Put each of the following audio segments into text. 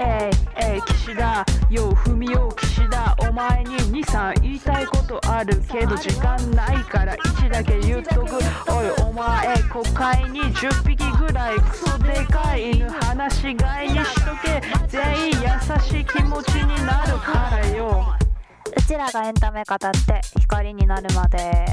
岸田よ踏みよ岸田お前に2、3言いたいことあるけど時間ないから1だけ言っとく。おいお前国会に10匹ぐらいクソでかい犬放し飼いにしとけ。全員優しい気持ちになるからよ。 うちらがエンタメ語って光になるまで。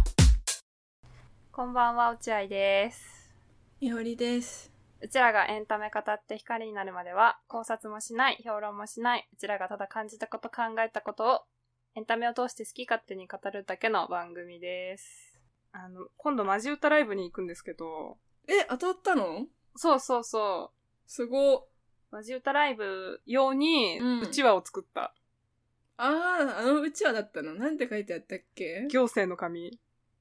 こんばんは、落合です。 いおりです。 うちらがエンタメ語って光になるまでは、考察もしない、評論もしない、うちらがただ感じたこと考えたことをエンタメを通して好き勝手に語るだけの番組です。今度マジ歌ライブに行くんですけど。 当たったの？ そうそうそう。 すご。 マジ歌ライブ用にうちわを作った。 あのうちわだったの？なんて書いてあったっけ？ 行政の紙。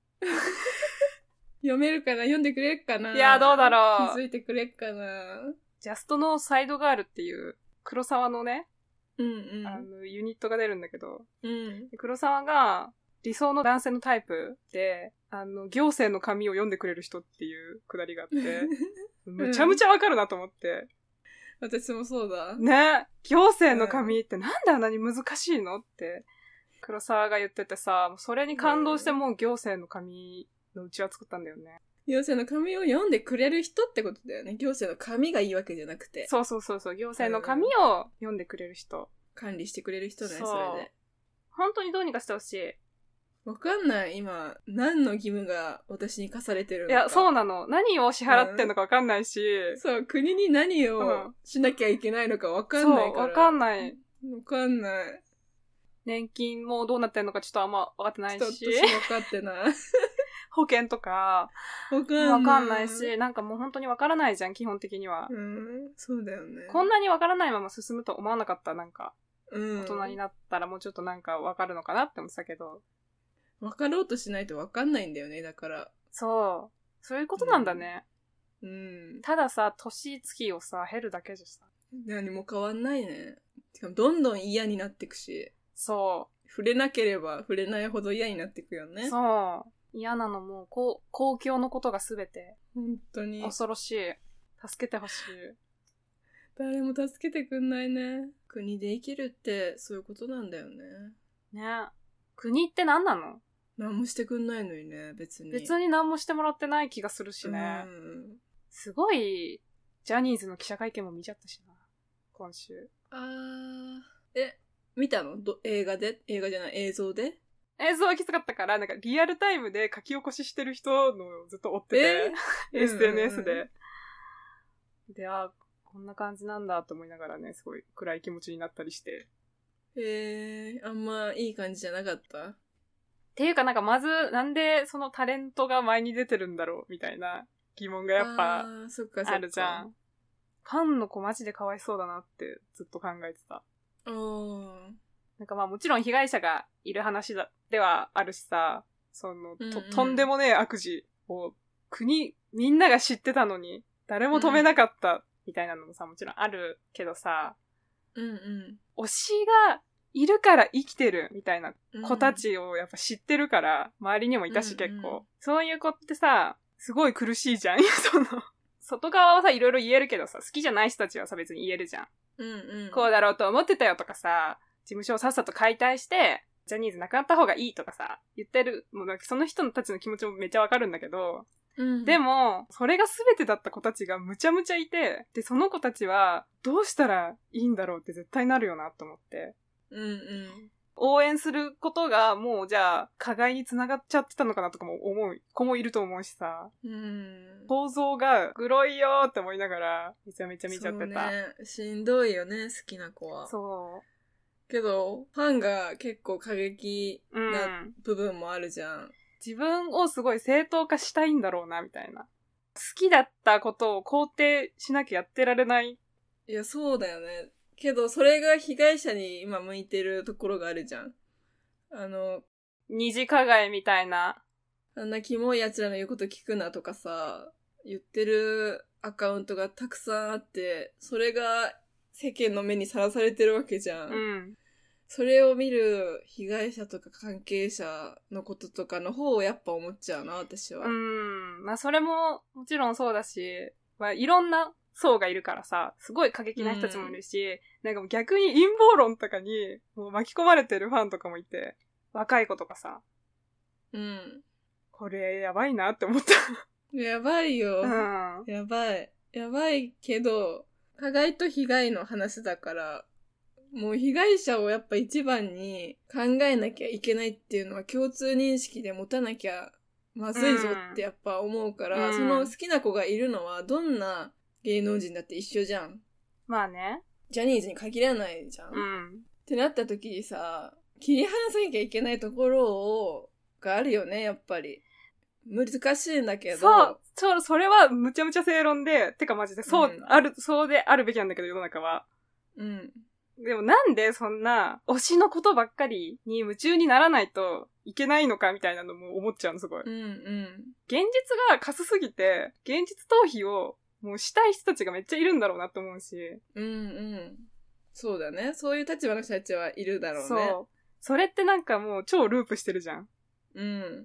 読めるかな？読んでくれるかな？ いや、どうだろう。 気づいてくれるかな？ ジャストのサイドガールっていう黒沢のね、ユニットが出るんだけど、黒沢が理想の男性のタイプで、行政の紙を読んでくれる人っていうくだりがあって、むちゃむちゃわかるなと思って。 私もそうだ。 ね、行政の紙ってなんであんなに難しいのって黒沢が言っててさ、それに感動してもう行政の紙のうちわ作ったんだよね。 行政の紙を読んでくれる人ってことだよね。行政の紙がいいわけじゃなくて。 そう。行政の紙を読んでくれる人。 管理してくれる人ね、それで。 本当にどうにかしてほしい。 わかんない。今、何の義務が私に課されてるのか。 いや、そうなの。何を支払ってんのかわかんないし。 そう、国に何をしなきゃいけないのかわかんないから。 そう、わかんない。 わかんない。 年金もどうなってんのかちょっとあんまわかってないし。 ちょっとわかってない。 保険とか、わかんないし、なんかもう本当にわからないじゃん、基本的には。 そうだよね。 こんなにわからないまま進むと思わなかった、なんか。 大人になったらもうちょっとなんかわかるのかなって思ってたけど。 わかろうとしないとわかんないんだよね、だから。 そういうことなんだね。たださ、年月をさ、減るだけじゃさ。 何も変わんないね。しかもどんどん嫌になってくし。 そう。 触れなければ触れないほど嫌になってくよね。 そう。嫌なのも公共のことがすべて。 本当に。 恐ろしい。助けてほしい。 誰も助けてくんないね。国で生きるってそういうことなんだよね。 ね。国って何なの？ 何もしてくんないのにね、別に。 別に何もしてもらってない気がするしね。すごい、ジャニーズの記者会見も見ちゃったしな。今週。 見たの？映画じゃない、映像で？ 映像はきつかったから、なんかリアルタイムで書き起こししてる人のをずっと追ってて、SNS で。で、こんな感じなんだと思いながらね、すごい暗い気持ちになったりして。 あんまいい感じじゃなかった？ っていうかなんかまず、なんでそのタレントが前に出てるんだろうみたいな疑問がやっぱあるじゃん。ファンの子マジでかわいそうだなってずっと考えてた。なんかまあもちろん被害者がいる話ではあるしさ、とんでもねえ悪事をみんなが知ってたのに誰も止めなかったみたいなのもさ、もちろんあるけどさ、推しがいるから生きてるみたいな子たちをやっぱ知ってるから、周りにもいたし結構。そういう子ってさ、すごい苦しいじゃん。外側はさ、いろいろ言えるけどさ、好きじゃない人たちはさ、別に言えるじゃん。こうだろうと思ってたよとかさ、事務所をさっさと解体して、ジャニーズなくなった方がいいとかさ、言ってる、もうなんかその人たちの気持ちもめっちゃわかるんだけど、でも、それが全てだった子たちがむちゃむちゃいて、で、その子たちはどうしたらいいんだろうって絶対なるよなと思って。応援することがもうじゃあ、加害に繋がっちゃってたのかなとかも思う子もいると思うしさ、想像がグロいよーって思いながら、めちゃめちゃ見ちゃってた。 そうね、しんどいよね、好きな子は。そう。けど、ファンが結構過激な部分もあるじゃん。 自分をすごい正当化したいんだろうな、みたいな。好きだったことを肯定しなきゃやってられない。 いや、そうだよね。けど、それが被害者に今向いてるところがあるじゃん。 二次加害みたいな。 あんなキモい奴らの言うこと聞くなとかさ、言ってるアカウントがたくさんあって、それが世間の目にさらされてるわけじゃん。それを見る被害者とか関係者のこととかの方をやっぱ思っちゃうな、私は。 まあそれももちろんそうだし、まあいろんな層がいるからさ、すごい過激な人たちもいるし、なんかもう逆に陰謀論とかにもう巻き込まれてるファンとかもいて、若い子とかさ。 うん。 これやばいなって思った。 やばいよ。 うん。 やばい。やばいけど、加害と被害の話だから、もう被害者をやっぱ一番に考えなきゃいけないっていうのは共通認識で持たなきゃまずいぞってやっぱ思うから、その好きな子がいるのはどんな芸能人だって一緒じゃん。 まあね。 ジャニーズに限らないじゃん。ってなった時にさ、切り離さなきゃいけないところがあるよね、やっぱり。難しいんだけど。 それはむちゃむちゃ正論で、てかマジでそうであるべきなんだけど、世の中は。 うん。でもなんでそんな推しのことばっかりに夢中にならないといけないのかみたいなのも思っちゃうの、すごい。 うんうん。 現実がカスすぎて、現実逃避をもうしたい人たちがめっちゃいるんだろうなって思うし。 うんうん。そうだね。そういう立場の人たちはいるだろうね。そう。 それってなんかもう超ループしてるじゃん。 うん。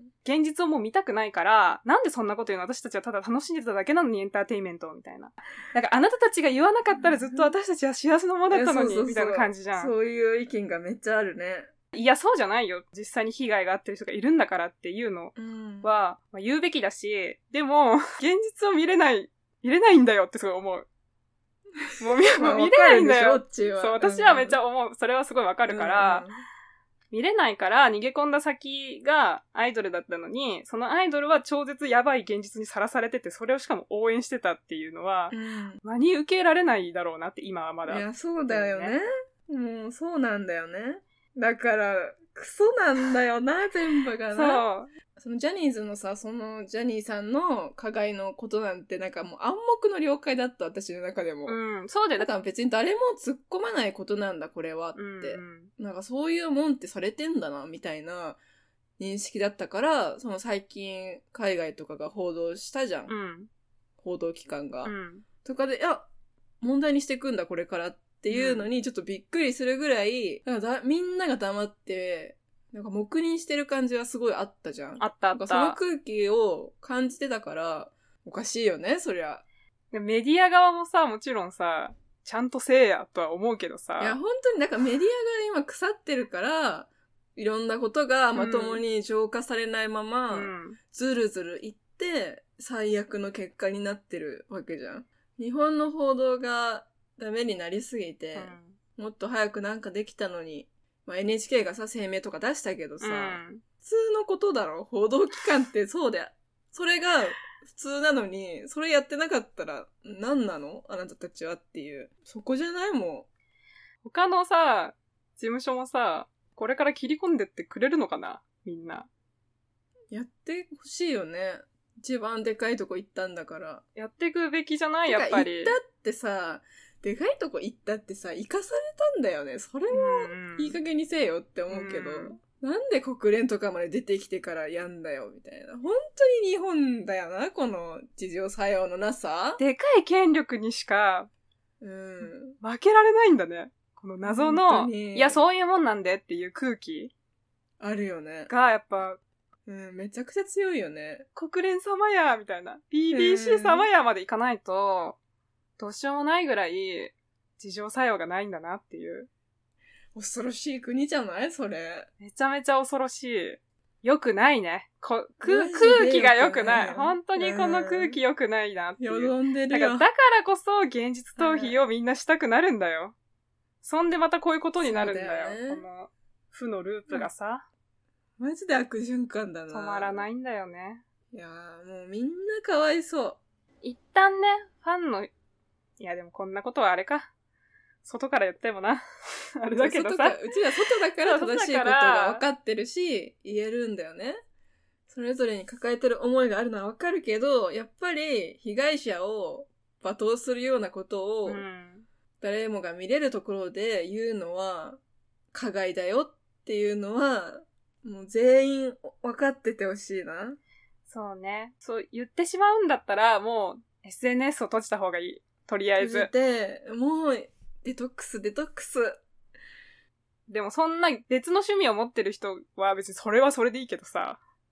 現実をもう見たくないから、なんでそんなこと言うの？私たちはただ楽しんでただけなのにエンターテインメントみたいな。なんかあなたたちが言わなかったらずっと私たちは幸せのままだったのに、みたいな感じじゃん。 そういう意見がめっちゃあるね。 いや、そうじゃないよ。実際に被害があってる人がいるんだからっていうのは、まあ、言うべきだし、でも、現実を見れないんだよってすごい思う。もう見れないんだよ。そう、私はめっちゃ思う。それはすごいわかるから、見れないから逃げ込んだ先がアイドルだったのに、そのアイドルは超絶やばい現実にさらされてて、それをしかも応援してたっていうのは、真に受けられないだろうなって今はまだ。 いや、そうだよね。もうそうなんだよね。だから、クソなんだよな、全部がな。そう。そのジャニーズのさ、そのジャニーさんの加害のことなんてなんかもう暗黙の了解だった、私の中でも。 うん、そうだよ。 だから別に誰も突っ込まないことなんだ、これはって。なんかそういうもんってされてんだな、みたいな認識だったから、その最近海外とかが報道したじゃん。報道機関が。とかで、いや、問題にしていくんだ、これからっていうのにちょっとびっくりするぐらい、みんなが黙って、なんか黙認してる感じはすごいあったじゃん。 あったあった。 その空気を感じてたから、おかしいよね、そりゃ。 メディア側もさ、もちろんさ、ちゃんとせえやとは思うけどさ。 いや、本当になんかメディアが今腐ってるから、いろんなことがまともに浄化されないまま、ずるずるいって、最悪の結果になってるわけじゃん。日本の報道がダメになりすぎて、もっと早くなんかできたのに、まあ、NHK がさ、声明とか出したけどさ、普通のことだろ？報道機関ってそうで、それが普通なのに、それやってなかったら何なの？あなたたちはっていう。そこじゃないもん。 他のさ、事務所もさ、これから切り込んでってくれるのかな？みんな。 やってほしいよね。一番でかいとこ行ったんだから。 やっていくべきじゃない？やっぱり。 行ったってさ、でかいとこ行ったってさ、生かされたんだよね。それもいい加減にせえよって思うけど、なんで国連とかまで出てきてからやんだよ、みたいな。本当に日本だよな、この事情作用のなさ。 でかい権力にしか、負けられないんだね。この謎の、いや、そういうもんなんでっていう空気あるよね。 が、やっぱ、 めちゃくちゃ強いよね。 国連様や、みたいな。BBC 様やまでいかないと、どうしようもないぐらい、事情作用がないんだなっていう。 恐ろしい国じゃないそれ。 めちゃめちゃ恐ろしい。よくないね。空気がよくない。本当にこの空気よくないなっていう。 よどんでるよ。 だからこそ現実逃避をみんなしたくなるんだよ。そんでまたこういうことになるんだよ。この負のループがさ。 マジで悪循環だな。 止まらないんだよね。 いやーもうみんなかわいそう。 一旦ね、ファンの、いやでもこんなことはあれか。外から言ってもな。あれだけどさ。 うちら外だから正しいことが分かってるし、言えるんだよね。それぞれに抱えてる思いがあるのは分かるけど、やっぱり被害者を罵倒するようなことを、誰もが見れるところで言うのは、加害だよっていうのは、もう全員分かっててほしいな。 そうね。そう言ってしまうんだったら、もう SNS を閉じた方がいい。とりあえず。 閉じて、もう、デトックス。 でもそんな別の趣味を持ってる人は別にそれはそれでいいけどさ。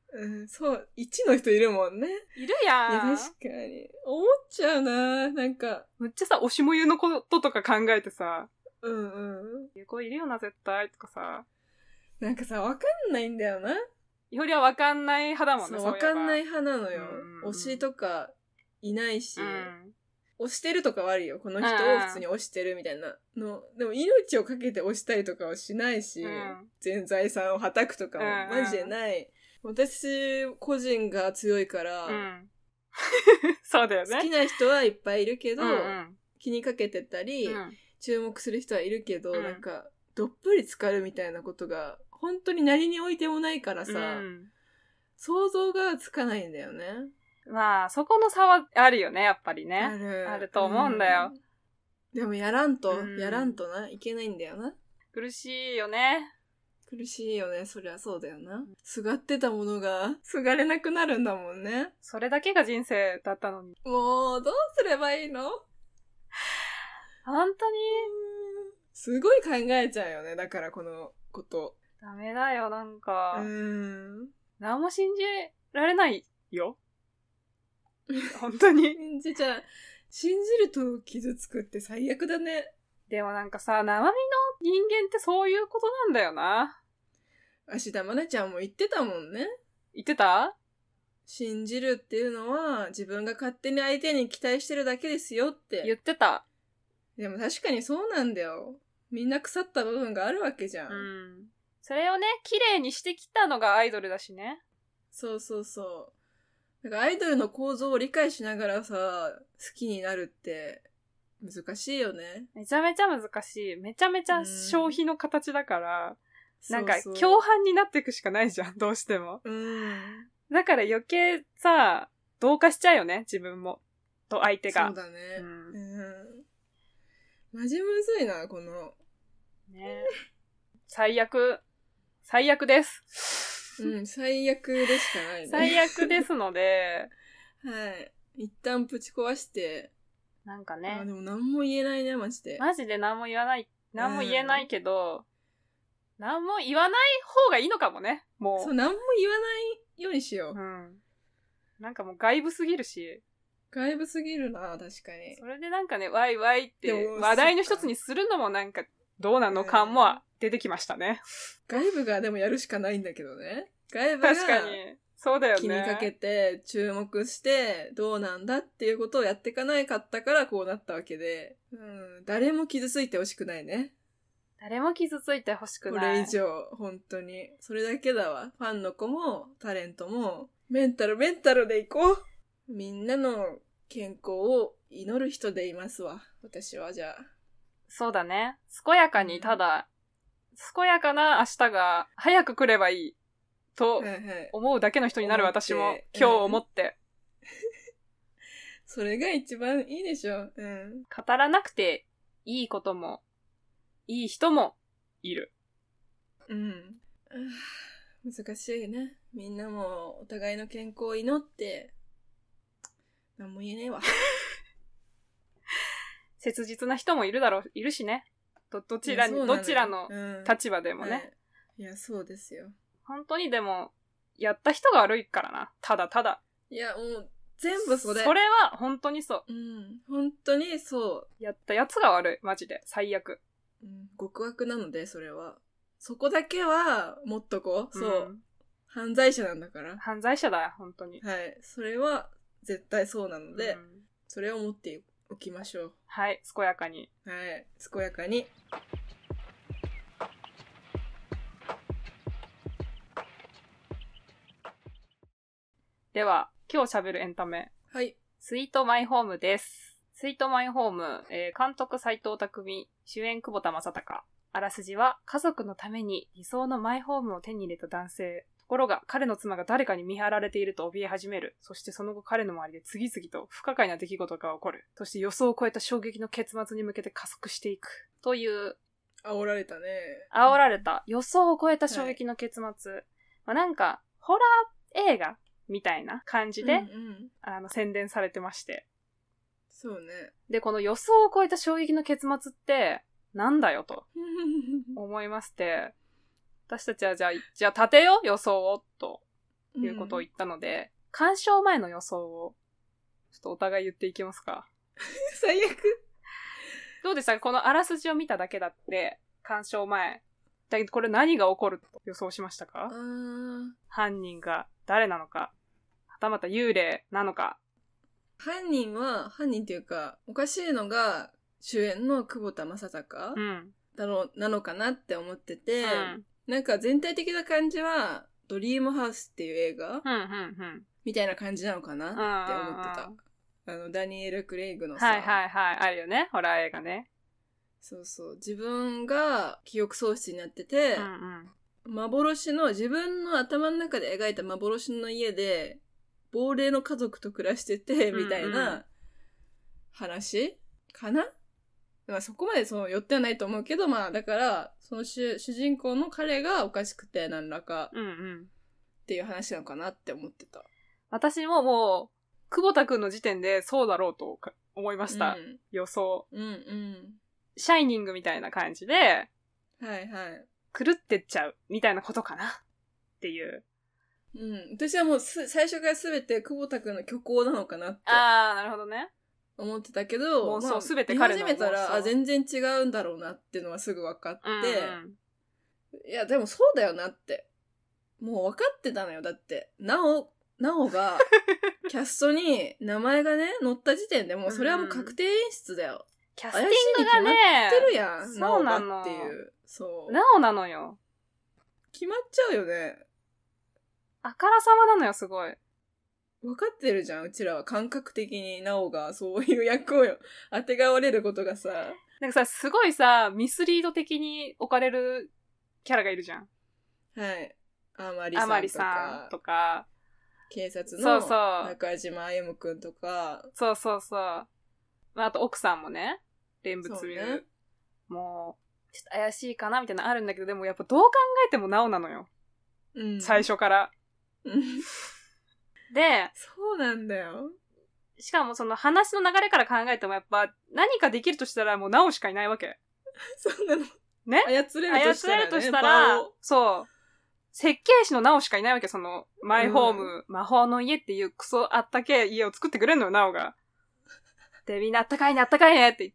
そう、1の人いるもんね。 いるやん。 いや、確かに。思っちゃうな、なんか。 むっちゃさ、推しもゆのこととか考えてさ、これいるよな、絶対、とかさ。 なんかさ、わかんないんだよな。 いほりはわかんない派だもんね、 そう、わかんない派なのよ。推しとかいないし、推してるとかはあるよ。この人を普通に推してるみたいなの。でも命をかけて推したりとかはしないし、全財産をはたくとかもマジでない。私個人が強いから、 そうだよね。 好きな人はいっぱいいるけど、気にかけてたり、注目する人はいるけど、なんかどっぷり浸かるみたいなことが本当に何においてもないからさ、想像がつかないんだよね。 まあそこの差はあるよね、やっぱりね。あると思うんだよ。 でもやらんとな、いけないんだよな。 苦しいよね。 苦しいよね、そりゃそうだよな。すがってたものが、すがれなくなるんだもんね。 それだけが人生だったのに。 もう、どうすればいいの？ 本当にすごい考えちゃうよね、だからこのこと。 ダメだよ、なんか。何も信じられないよ。本当に。 信じると傷つくって最悪だね。 でもなんかさ、生身の人間ってそういうことなんだよな。 芦田愛菜ちゃんも言ってたもんね。 言ってた？ 信じるっていうのは自分が勝手に相手に期待してるだけですよって。 言ってた。 でも確かにそうなんだよ。みんな腐った部分があるわけじゃん。 それをね、綺麗にしてきたのがアイドルだしね。 そうそうそう。だからアイドルの構造を理解しながらさ、好きになるって難しいよね。 めちゃめちゃ難しい。めちゃめちゃ消費の形だから、なんか共犯になっていくしかないじゃん、どうしても。だから余計さ、同化しちゃうよね、自分も。と相手が。 そうだね。マジむずいな、この。 ね。最悪です。 最悪でしかないね。 最悪ですので、 はい。一旦ぶち壊して、 なんかね。 でも何も言えないね、マジで。 マジで何も言えないけど、何も言わない方がいいのかもね、もう。 そう、何も言わないようにしよう。 なんかもう外部すぎるし。 外部すぎるな、確かに。 それでなんかね、ワイワイって話題の一つにするのもなんか、どうなの感も出てきましたね。 外部がでもやるしかないんだけどね。外部が確かに。そうだよね。 気にかけて、注目して、どうなんだっていうことをやっていかないかったからこうなったわけで、誰も傷ついてほしくないね。 誰も傷ついてほしくない。 これ以上、本当に。それだけだわ。ファンの子も、タレントも、メンタルでいこう。みんなの健康を祈る人でいますわ。私はじゃあ。 そうだね。健やかに、ただ、健やかな明日が早く来ればいい。と思うだけの人になる私も今日思って。 それが一番いいでしょ。 語らなくていいことも、いい人もいる。 難しいね。みんなもお互いの健康を祈って、何も言えねえわ。 切実な人もいるしね。どちらの立場でもね。 いや、そうですよ。 本当にでも、やった人が悪いからな。ただただ。 いや、もう、全部それ。 それは本当にそう。 本当にそう。 やったやつが悪い。マジで。最悪。 極悪なので、それは。そこだけは、もっとこう。そう。犯罪者なんだから。 犯罪者だよ、本当に。 はい。それは、絶対そうなので、それを持っておきましょう。 はい。健やかに。 はい。健やかに。 では、今日喋るエンタメ。 はい。 スイートマイホームです。スイートマイホーム、監督斉藤匠、主演久保田正孝。あらすじは、家族のために理想のマイホームを手に入れた男性。ところが、彼の妻が誰かに見張られていると怯え始める。そしてその後彼の周りで次々と不可解な出来事が起こる。そして予想を超えた衝撃の結末に向けて加速していく。という。 煽られたね。 煽られた。予想を超えた衝撃の結末。なんか、ホラー映画みたいな感じで、宣伝されてまして。 そうね。 で、この予想を超えた衝撃の結末って、なんだよと思いまして、私たちはじゃあ立てよ予想をということを言ったので、鑑賞前の予想を、ちょっとお互い言っていきますか。 最悪。 どうでしたか？このあらすじを見ただけだって、鑑賞前。だけどこれ何が起こると予想しましたか？犯人が誰なのか、はたまた幽霊なのか。 犯人っていうか、おかしいのが主演の久保田正孝、なのかなって思ってて、なんか全体的な感じは、ドリームハウスっていう映画、みたいな感じなのかなって思ってた。ダニエル・クレイグのさ。 あるよね。ホラー映画ね。 そうそう。自分が記憶喪失になってて、自分の頭の中で描いた幻の家で、亡霊の家族と暮らしてて、みたいな話かな？まあそこまで寄ってはないと思うけど、まあだから、その主人公の彼がおかしくて何らかっていう話なのかなって思ってた。 私ももう、久保田くんの時点でそうだろうと思いました。予想。シャイニングみたいな感じで、狂ってっちゃうみたいなことかなっていう。 私はもう最初から全て久保田くんの虚構なのかなって。 なるほどね。 思ってたけど、 妄想全て彼の見始めたら、全然違うんだろうなっていうのはすぐ分かって、いや、でもそうだよなって。もう分かってたのよ。だって、なおが、キャストに名前がね、載った時点でもうそれはもう確定演出だよ。 キャスティングがね、 怪しいに決まってるやん。 そうなの。 っていう。そう。 なおなのよ。 決まっちゃうよね。 あからさまなのよ、すごい。 分かってるじゃん、うちらは。感覚的になおがそういう役を当てがわれることがさ。 なんかさ、すごいさ、ミスリード的に置かれるキャラがいるじゃん。 はい。あまりさんとか。 警察の中島歩夢くんとか。 そう。あと奥さんもね、蓮仏流。ね、もう、ちょっと怪しいかなみたいなのあるんだけど、でもやっぱどう考えてもなおなのよ。最初から。で、 そうなんだよ。 しかもその話の流れから考えてもやっぱ何かできるとしたらもうなおしかいないわけ。 そうなの。 ね？ 操れるとしたら、そう。設計士のなおしかいないわけ。その、マイホーム、魔法の家っていうクソあったけ家を作ってくれんのよ、なおが。で、みんなあったかいねって言って、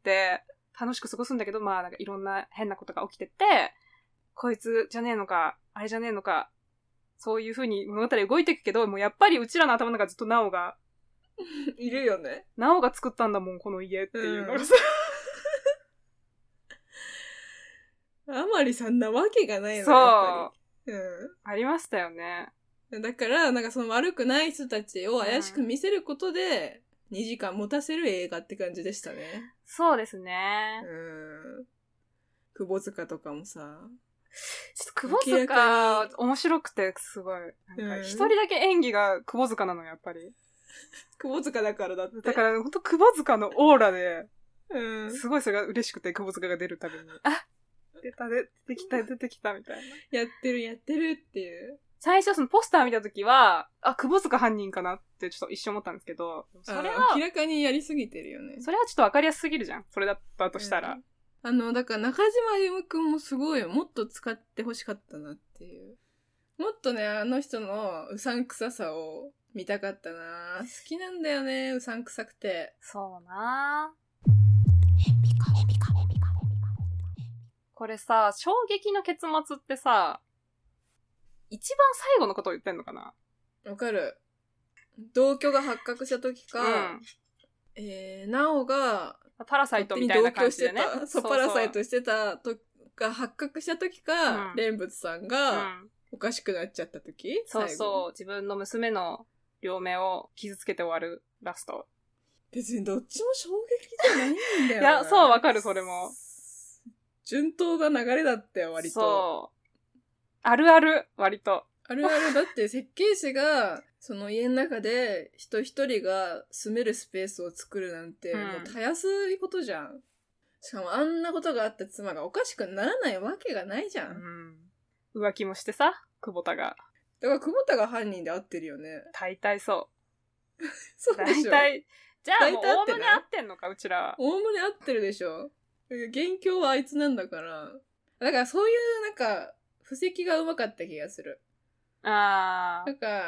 楽しく過ごすんだけど、まあなんかいろんな変なことが起きてって、こいつじゃねえのか、あれじゃねえのか、そういう風に物語動いていくけど、もうやっぱりうちらの頭の中ずっとなおがいるよね。 なおが作ったんだもん、この家っていうのがさ。 あまりさんなわけがないのよ。 そう。 やっぱり。 ありましたよね。 だから、なんかその悪くない人たちを怪しく見せることで、2時間持たせる映画って感じでしたね。 そうですね。 窪塚とかもさ。 ちょっと窪塚、面白くて、すごい。なんか一人だけ演技が窪塚なのよ、やっぱり。 窪塚だからだって。 だから、ほんと窪塚のオーラで、すごいそれが嬉しくて、窪塚が出るたびに。出てきた、みたいな。 やってるっていう。 最初そのポスター見たときは、窪塚犯人かなってちょっと一瞬思ったんですけど、 それは、明らかにやりすぎてるよね。 それはちょっとわかりやすすぎるじゃん。それだったとしたら。 だから中島歩夢くんもすごい、もっと使ってほしかったなっていう。もっとね、あの人のうさんくささを見たかったな。好きなんだよね、うさんくさくて。 そうな。これさ、衝撃の結末ってさ、一番最後のことを言ってんのかな？ わかる。同居が発覚した時か、なおが、 パラサイトみたいな感じでね。 そう、パラサイトしてたとが発覚した時か、蓮仏さんがおかしくなっちゃった時、 そうそう。自分の娘の両目を傷つけて終わるラスト。 別にどっちも衝撃じゃないんだよな。 いや、そう、わかる、それも。 順当な流れだったよ、割と。 そう。あるある、割と。 あるある、だって設計士が、その家の中で人一人が住めるスペースを作るなんて、もうたやすいことじゃん。しかもあんなことがあった妻がおかしくならないわけがないじゃん。 浮気もしてさ、久保田が。 だから久保田が犯人で合ってるよね。 大体そう。 そうでしょ。 大体。じゃあもう大胸合ってんのか、うちら。 大胸合ってるでしょ。元凶はあいつなんだから。だからそういうなんか、布石がうまかった気がする。なんか、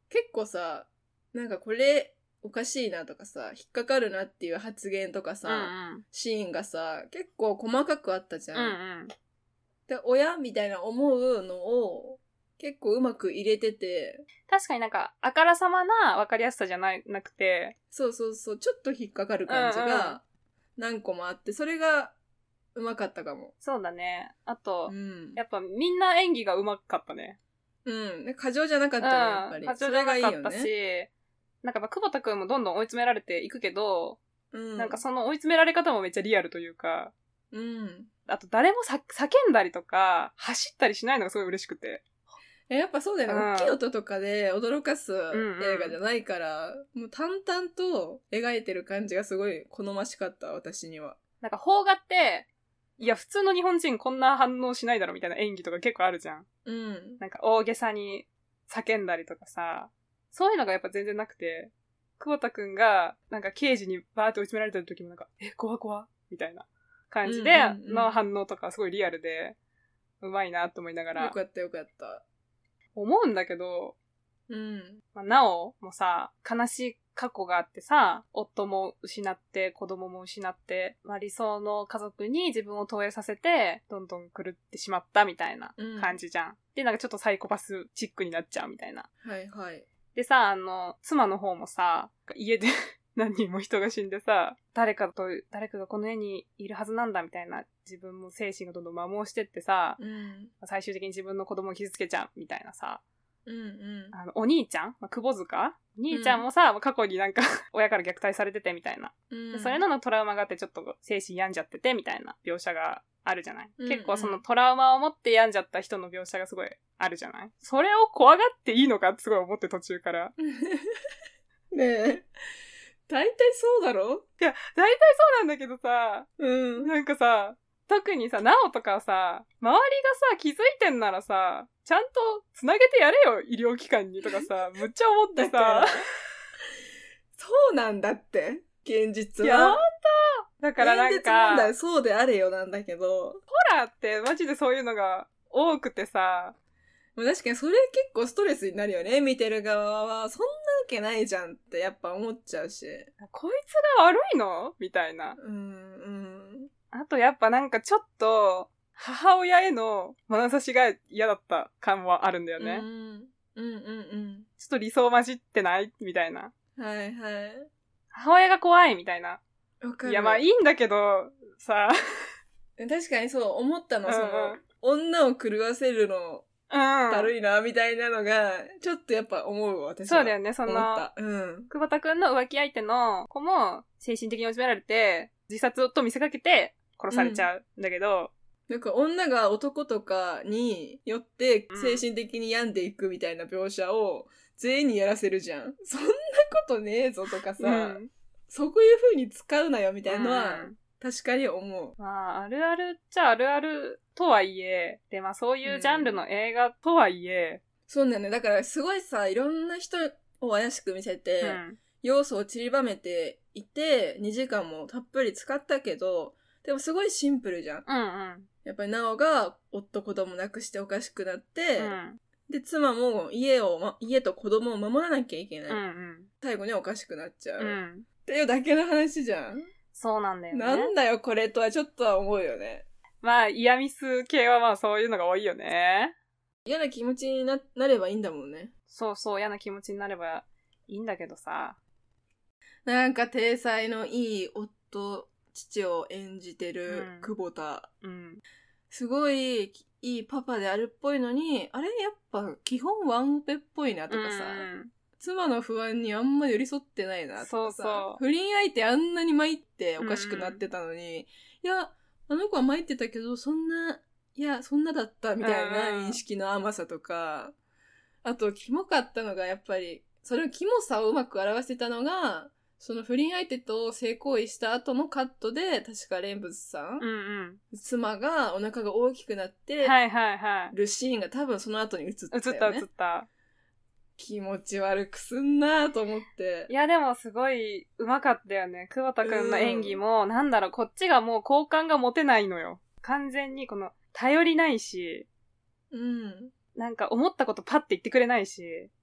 結構さ、なんかこれおかしいなとかさ、引っかかるなっていう発言とかさ、シーンがさ、結構細かくあったじゃん。で、親みたいな思うのを結構うまく入れてて。 確かになんか、あからさまな分かりやすさじゃなくて。 そうそうそう、ちょっと引っかかる感じが何個もあって、それがうまかったかも。 そうだね。あと、やっぱみんな演技がうまかったね。 過剰じゃなかったね、やっぱり。 過剰じゃなかったし、なんか久保田くんもどんどん追い詰められていくけど、なんかその追い詰められ方もめっちゃリアルというか、あと誰も叫んだりとか、走ったりしないのがすごい嬉しくて。 やっぱそうだよね。大きい音とかで驚かす映画じゃないから、もう淡々と描いてる感じがすごい好ましかった、私には。 なんか邦画って、いや、普通の日本人こんな反応しないだろみたいな演技とか結構あるじゃん。なんか大げさに叫んだりとかさ、そういうのがやっぱ全然なくて、久保田くんがなんか刑事にバーって追い詰められてる時もなんか、怖みたいな感じでの反応とかすごいリアルで、うまいなと思いながら。 よかったよかった。 思うんだけど、なおもさ、悲しい過去があってさ、夫も失って、子供も失って、理想の家族に自分を投影させて、どんどん狂ってしまったみたいな感じじゃん。で、なんかちょっとサイコパスチックになっちゃうみたいな。 はいはい。 でさ、妻の方もさ、家で何人も人が死んでさ、誰かがこの家にいるはずなんだみたいな、自分も精神がどんどん摩耗してってさ、最終的に自分の子供を傷つけちゃうみたいなさ、お兄ちゃん、窪塚兄ちゃんもさ、過去になんか親から虐待されててみたいな、でそれのトラウマがあってちょっと精神病んじゃっててみたいな描写があるじゃない、結構そのトラウマを持って病んじゃった人の描写がすごいあるじゃない。それを怖がっていいのかってすごい思って途中からねえ、大体そうだろ。 いや、大体そうなんだけどさ、なんかさ、特にさ、ナオとかさ、周りがさ、気づいてんならさ、ちゃんと繋げてやれよ、医療機関にとかさ、むっちゃ思ってさ。 そうなんだって、現実は。 いや、ほんとだからなんか。 現実問題そうであれよなんだけど。 ホラーってマジでそういうのが多くてさ。 確かにそれ結構ストレスになるよね、見てる側は。そんなわけないじゃんってやっぱ思っちゃうし。 こいつが悪いのみたいな。あとやっぱなんかちょっと、母親への眼差しが嫌だった感はあるんだよね。ちょっと理想混じってないみたいな。 はいはい。 母親が怖いみたいな。 わかる。 いやまあいいんだけど、さ。 確かにそう思ったの、その、女を狂わせるの、だるいな、みたいなのが、ちょっとやっぱ思うわ、私は。 そうだよね、その、久保田くんの浮気相手の子も精神的に追い詰められて、自殺と見せかけて殺されちゃうんだけど、 なんか女が男とかによって精神的に病んでいくみたいな描写を全員にやらせるじゃん。そんなことねえぞとかさ、そういう風に使うなよみたいなのは、確かに思う。 まあ、あるあるっちゃあるあるとはいえ、で、まあそういうジャンルの映画とはいえ、 そうだよね。だからすごいさ、いろんな人を怪しく見せて、要素を散りばめていて、2時間もたっぷり使ったけど、でもすごいシンプルじゃん。やっぱりナオが夫子供亡くしておかしくなって、で、妻も家と子供を守らなきゃいけない。最後におかしくなっちゃう。っていうだけの話じゃん。 そうなんだよね。 なんだよこれとはちょっとは思うよね。 まあ、イヤミス系はまあそういうのが多いよね。 嫌な気持ちに なればいいんだもんね。 そうそう、嫌な気持ちになればいいんだけどさ。 なんか体裁のいい父を演じてる久保田。すごいいいパパであるっぽいのに、あれやっぱ基本ワンオペっぽいなとかさ。妻の不安にあんま寄り添ってないなとかさ、不倫相手あんなに参っておかしくなってたのに、いや、あの子は参ってたけど、そんなだったみたいな認識の甘さとか、あと、キモかったのがやっぱり、それのキモさをうまく表してたのが、その不倫相手と性行為した後のカットで、確か蓮仏さん、妻がお腹が大きくなって、るシーンが多分その後に映ったよね。映った。気持ち悪くすんなーと思って。 いやでもすごい上手かったよね。久保田くんの演技も、なんだろう、こっちがもう好感が持てないのよ。完全にこの、頼りないし、なんか思ったことパッて言ってくれないし、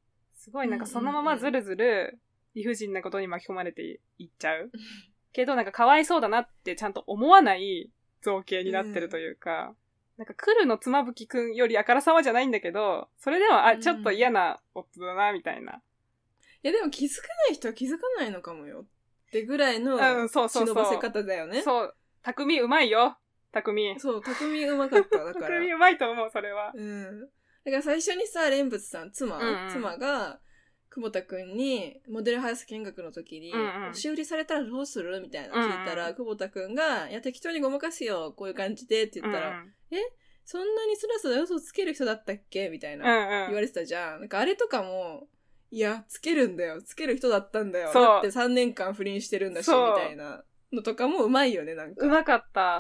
すごいなんかそのままずるずる理不尽なことに巻き込まれていっちゃう。けどなんかかわいそうだなってちゃんと思わない造形になってるというか、なんか来るの妻夫木くんよりあからさまじゃないんだけど、それでもちょっと嫌な夫だなみたいな。 いやでも気づかない人は気づかないのかもよってぐらいの忍ばせ方だよね。 そう。匠うまいよ。匠。 そう、匠うまかった。だから。 匠うまいと思う、それは。 だから最初にさ、蓮仏さん、妻が、久保田くんに、モデルハウス見学の時に、押し売りされたらどうするみたいな聞いたら、久保田くんが、いや、適当にごまかすよ、こういう感じでって言ったら、そんなにスラスラ嘘つける人だったっけみたいな、言われてたじゃん。なんかあれとかも、いや、つけるんだよ。つける人だったんだよ。だって3年間不倫してるんだし、みたいなのとかもうまいよね、なんか。 うまかった。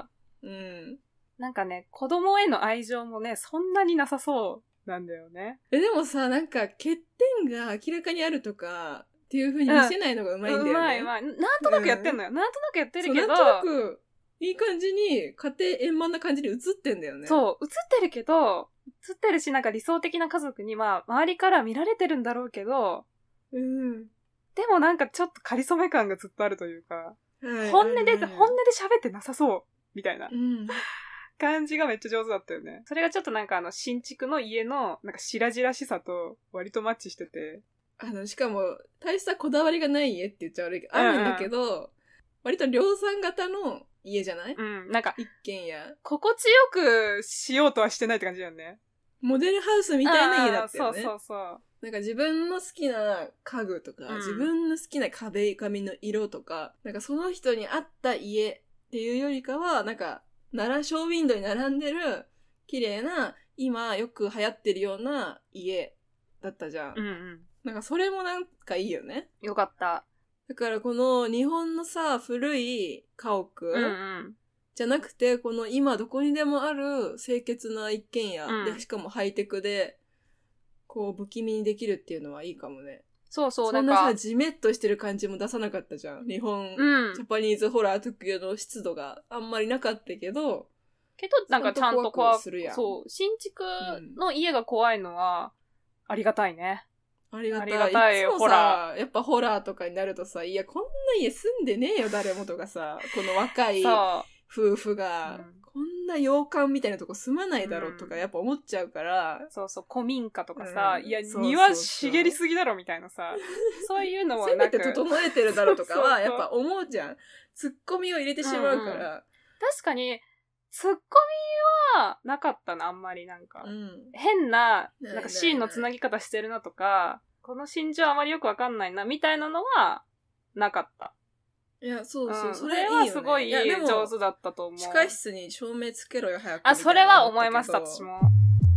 なんかね、子供への愛情もね、そんなになさそうなんだよね。 でもさ、なんか欠点が明らかにあるとかっていう風に見せないのがうまいんだよね。 うまい。なんとなくやってんのよ。なんとなくやってるけど。 なんとなく、いい感じに、家庭円満な感じに映ってんだよね。 そう、映ってるけど、映ってるし、なんか理想的な家族には、周りから見られてるんだろうけど、でもなんかちょっと仮初め感がずっとあるというか、本音で喋ってなさそう、みたいな。感じがめっちゃ上手だったよね。それがちょっとなんか新築の家の、なんか白々しさと割とマッチしてて。 しかも、大したこだわりがない家って言っちゃ悪いけど、あるんだけど、割と量産型の家じゃない？ なんか、 一軒家。 心地よくしようとはしてないって感じだよね。 モデルハウスみたいな家だったよね。 そう。 なんか自分の好きな家具とか、自分の好きな壁紙の色とか、なんかその人に合った家っていうよりかは、なんか、ショーウィンドウに並んでる綺麗な、今よく流行ってるような家だったじゃん。なんかそれもなんかいいよね。 よかった。 だからこの日本のさ、古い家屋、じゃなくて、この今どこにでもある清潔な一軒家で、しかもハイテクで、こう不気味にできるっていうのはいいかもね。 そう、 そんなさ、ジメッとしてる感じも出さなかったじゃん。日本、ジャパニーズホラー特有の湿度があんまりなかったけど、 なんかちゃんと怖く、そう、新築の家が怖いのは、ありがたいね。 ありがたい。いつもさ、やっぱホラーとかになるとさ、いや、こんな家住んでねえよ、誰もとかさ、この若い夫婦が、こんな洋館みたいなとこ住まないだろうとか、やっぱ思っちゃうから、 そう、古民家とかさ、いや、庭茂りすぎだろみたいなさ、そういうのもせめて整えてるだろうとかは、やっぱ思うじゃん。ツッコミを入れてしまうから。 確かに、ツッコミはなかったな、あんまりなんか。変な、なんかシーンのつなぎ方してるなとか、この心情あまりよくわかんないな、みたいなのは、なかった。 いや、そう、 それはすごい上手だったと思う。 地下室に照明つけろよ、早く。 それは思いました、私も。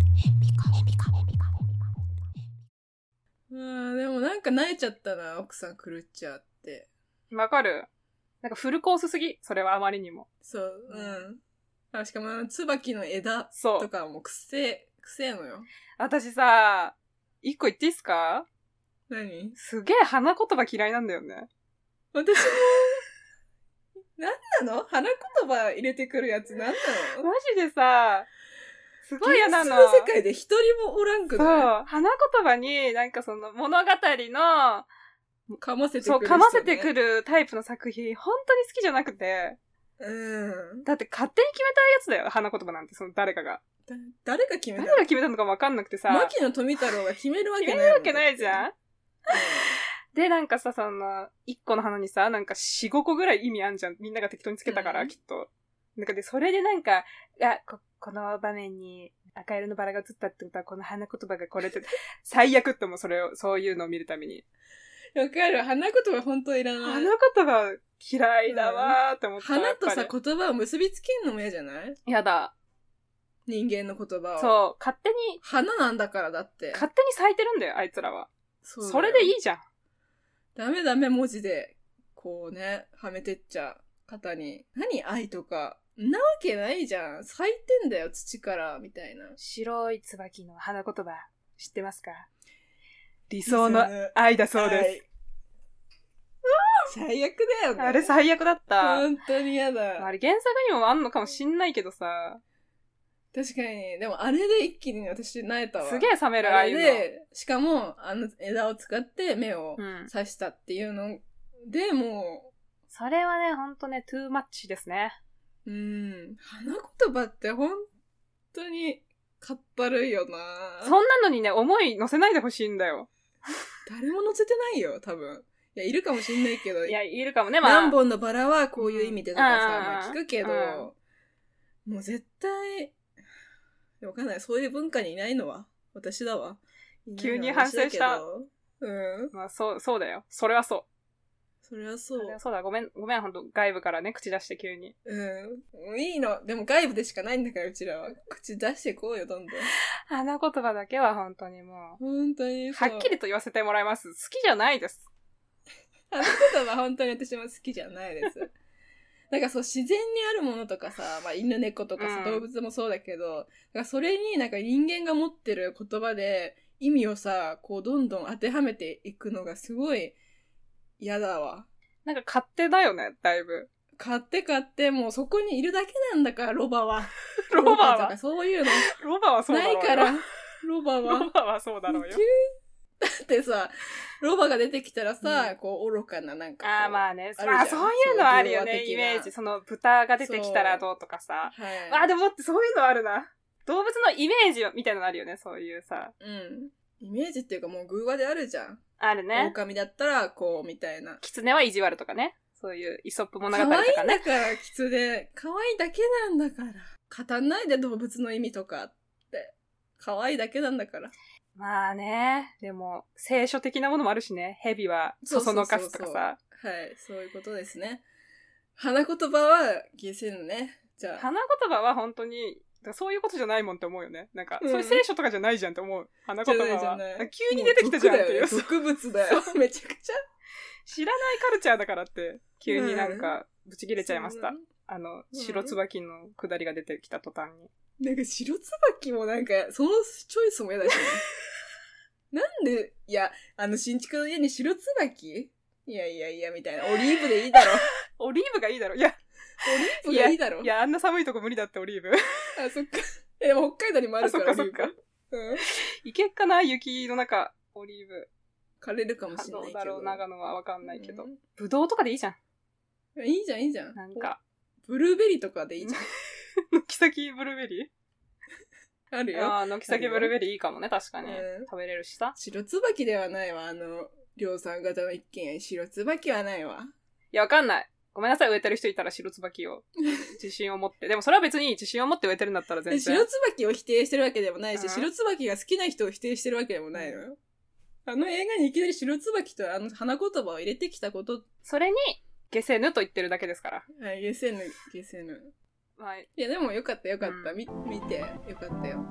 でもなんか慣れちゃったな、奥さん狂っちゃって。 わかる。なんかフルコースすぎ、それはあまりにも。 そう、しかも、椿の枝とかもくせえのよ。 私さ、一個言っていいっすか？ 何？ すげえ花言葉嫌いなんだよね。 私も、なんなの？花言葉入れてくるやつなんなの？ マジでさ、すごい嫌なの。 現実の世界で一人もおらんくない？ そう。花言葉に、なんかその物語の、 かませてくる、ね。 そう、かませてくるタイプの作品、本当に好きじゃなくて。だって勝手に決めたやつだよ、花言葉なんて、その誰かが。 誰が決めたの？ 誰が決めたのか分かんなくてさ。 牧野富太郎が決めるわけない。 決めるわけないじゃん。で、なんかさ、その、一個の花にさ、なんか4、5個ぐらい意味あんじゃん。みんなが適当につけたから、きっと。なんかで、それでなんか、この場面に赤色のバラが映ったってことは、この花言葉がこれって、最悪ってもそういうのを見るために。 わかる。花言葉本当いらない。 花言葉嫌いだわーって思った。 花とさ、言葉を結びつけんのも嫌じゃない？ やだ。 人間の言葉を。 そう、勝手に。 花なんだからだって。 勝手に咲いてるんだよ、あいつらは。それでいいじゃん。 ダメ、文字で、こうね、はめてっちゃう。肩に。何愛とか。なわけないじゃん。咲いてんだよ、土から、みたいな。 白い椿の花言葉、知ってますか？理想の愛だそうです。 最悪だよね。 あれ最悪だった。 本当に嫌だ。 あれ原作にもあんのかもしんないけどさ。 確かに。でもあれで一気に私萎えたわ。 すげえ冷める、ああいうの。 で、しかも、枝を使って目を刺したっていうので、もう。 それはね、ほんとね、トゥーマッチですね。 花言葉ってほんとに、かったるいよな。 そんなのにね、思い乗せないでほしいんだよ。 誰も乗せてないよ、多分。いや、いるかもしんないけど。 いや、いるかもね、 まあ。何本のバラはこういう意味でとかさ、まあ聞くけど、もう絶対、わかんない。そういう文化にいないのは、私だわ。 急に反省した。まあ、そうだよ。それはそう。 それはそう。 それはそうだ。ごめん、ほんと、外部からね、口出して急に。 いいの。でも外部でしかないんだから、うちらは。口出してこうよ、どんどん。 花言葉だけは本当にもう。 本当にはっきりと言わせてもらいます。好きじゃないです。 花言葉本当に私も好きじゃないです。なんかそう、自然にあるものとかさ、まあ犬猫とかさ、動物もそうだけど、なんかそれになんか人間が持ってる言葉で意味をさ、こうどんどん当てはめていくのがすごい嫌だわ。 なんか勝手だよね、だいぶ。 勝手、もうそこにいるだけなんだから、ロバは。 ロバはそういうの。 ロバはそうだろうよ。 ないから、ロバは。 ロバはそうだろうよ。 だってさ、ロバが出てきたらさ、こう愚かななんか。 まあね。まあそういうのあるよね、イメージ。その豚が出てきたらどうとかさ。はい。でもってそういうのあるな。動物のイメージみたいなのあるよね、そういうさ。 イメージっていうかもう偶話であるじゃん。 あるね。 狼だったらこうみたいな。 狐は意地悪とかね。そういうイソップ物語とかね。 可愛いんだから、狐。可愛いだけなんだから。語んないで動物の意味とかって。可愛いだけなんだから。 まあね。でも、聖書的なものもあるしね。蛇はそそのかすとかさ。 はい。そういうことですね。花言葉は消せぬね。じゃあ。 花言葉は本当に、そういうことじゃないもんって思うよね。なんか、そういう聖書とかじゃないじゃんって思う。花言葉は。急に出てきたじゃんっていう。 植物だよ。めちゃくちゃ。 知らないカルチャーだからって、急になんか、ブチ切れちゃいました。白椿の下りが出てきた途端に。 なんか白椿もなんか、そのチョイスも嫌だしね。なんで、いや、新築の家に白椿いや、みたいな。オリーブでいいだろ。 オリーブがいいだろ。いや、 オリーブがいいだろ。 いや、あんな寒いとこ無理だってオリーブ。 あ、そっか。でも北海道にもあるから、 そっか。行けっかな、雪の中、オリーブ。 枯れるかもしれないけど。 どうだろう、長野はわかんないけど。ぶどうとかでいいじゃん。 いいじゃん。 なんか。 ブルーベリーとかでいいじゃん。 軒先ブルーベリーあるよ。 軒先ブルーベリーいいかもね、確かに。食べれるしさ。 白椿ではないわ、量産型の一軒家に白椿はないわ。 いや、わかんない。ごめんなさい、植えてる人いたら白椿を。自信を持って。でもそれは別に自信を持って植えてるんだったら全然。 白椿を否定してるわけでもないし、白椿が好きな人を否定してるわけでもないのよ。映画にいきなり白椿と花言葉を入れてきたこと。 それに、ゲセヌと言ってるだけですから。 はい、ゲセヌ。はい。いや、でもよかった。見て、よかったよ。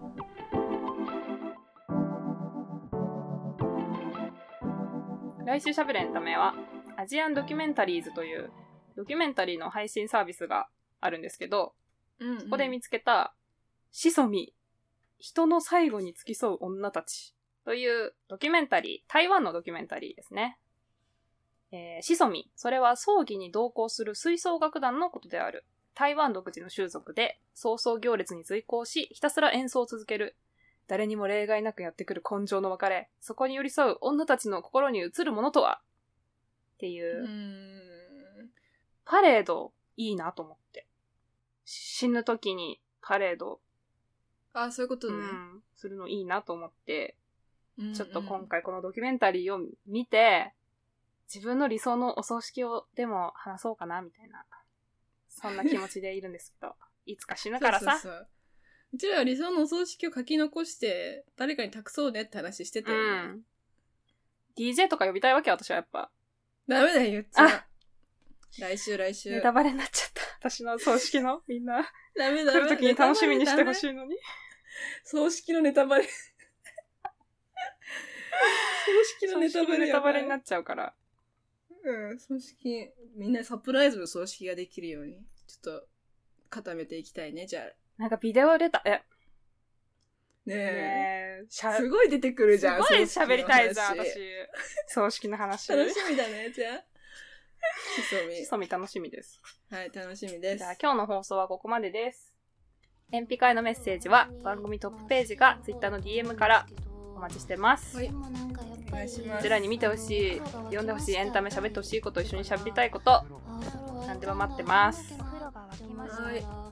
来週喋るエンタメは、アジアンドキュメンタリーズというドキュメンタリーの配信サービスがあるんですけど、そこで見つけた、シソミ、人の最後に付き添う女たちというドキュメンタリー、台湾のドキュメンタリーですね。シソミ、それは葬儀に同行する吹奏楽団のことである。台湾独自の習俗で、葬送行列に随行し、ひたすら演奏を続ける。誰にも例外なくやってくる根性の別れ。そこに寄り添う女たちの心に映るものとはっていう。パレード、いいなと思って。死ぬ時にパレード。 そういうことね。 するのいいなと思って、ちょっと今回このドキュメンタリーを見て、自分の理想のお葬式をでも話そうかな、みたいな。そんな気持ちでいるんですけど。いつか死ぬからさ。 そううちらは理想のお葬式を書き残して、誰かに託そうねって話してたよね。 DJ とか呼びたいわけ、私はやっぱ。 ダメだよ、言っちゃう。来週。 ネタバレになっちゃった。私の葬式のみんな。 ダメ。 来るときに楽しみにしてほしいのに。 葬式のネタバレ。葬式のネタバレになっちゃうから。 葬式、みんなサプライズの葬式ができるように、ちょっと固めていきたいね、じゃあ。 なんかビデオレター、 ねえ。すごい出てくるじゃん。 すごい喋りたいじゃん、私。葬式の話。 楽しみだね、じゃあ。 シソミ楽しみです。 はい、楽しみです。 じゃあ今日の放送はここまでです。 延期会のメッセージは番組トップページか Twitter の DM からお待ちしてます。 はい。お願いします。 こちらに見てほしい、読んでほしいエンタメ、喋ってほしいこと、一緒に喋りたいこと、何でも待ってます。 はい。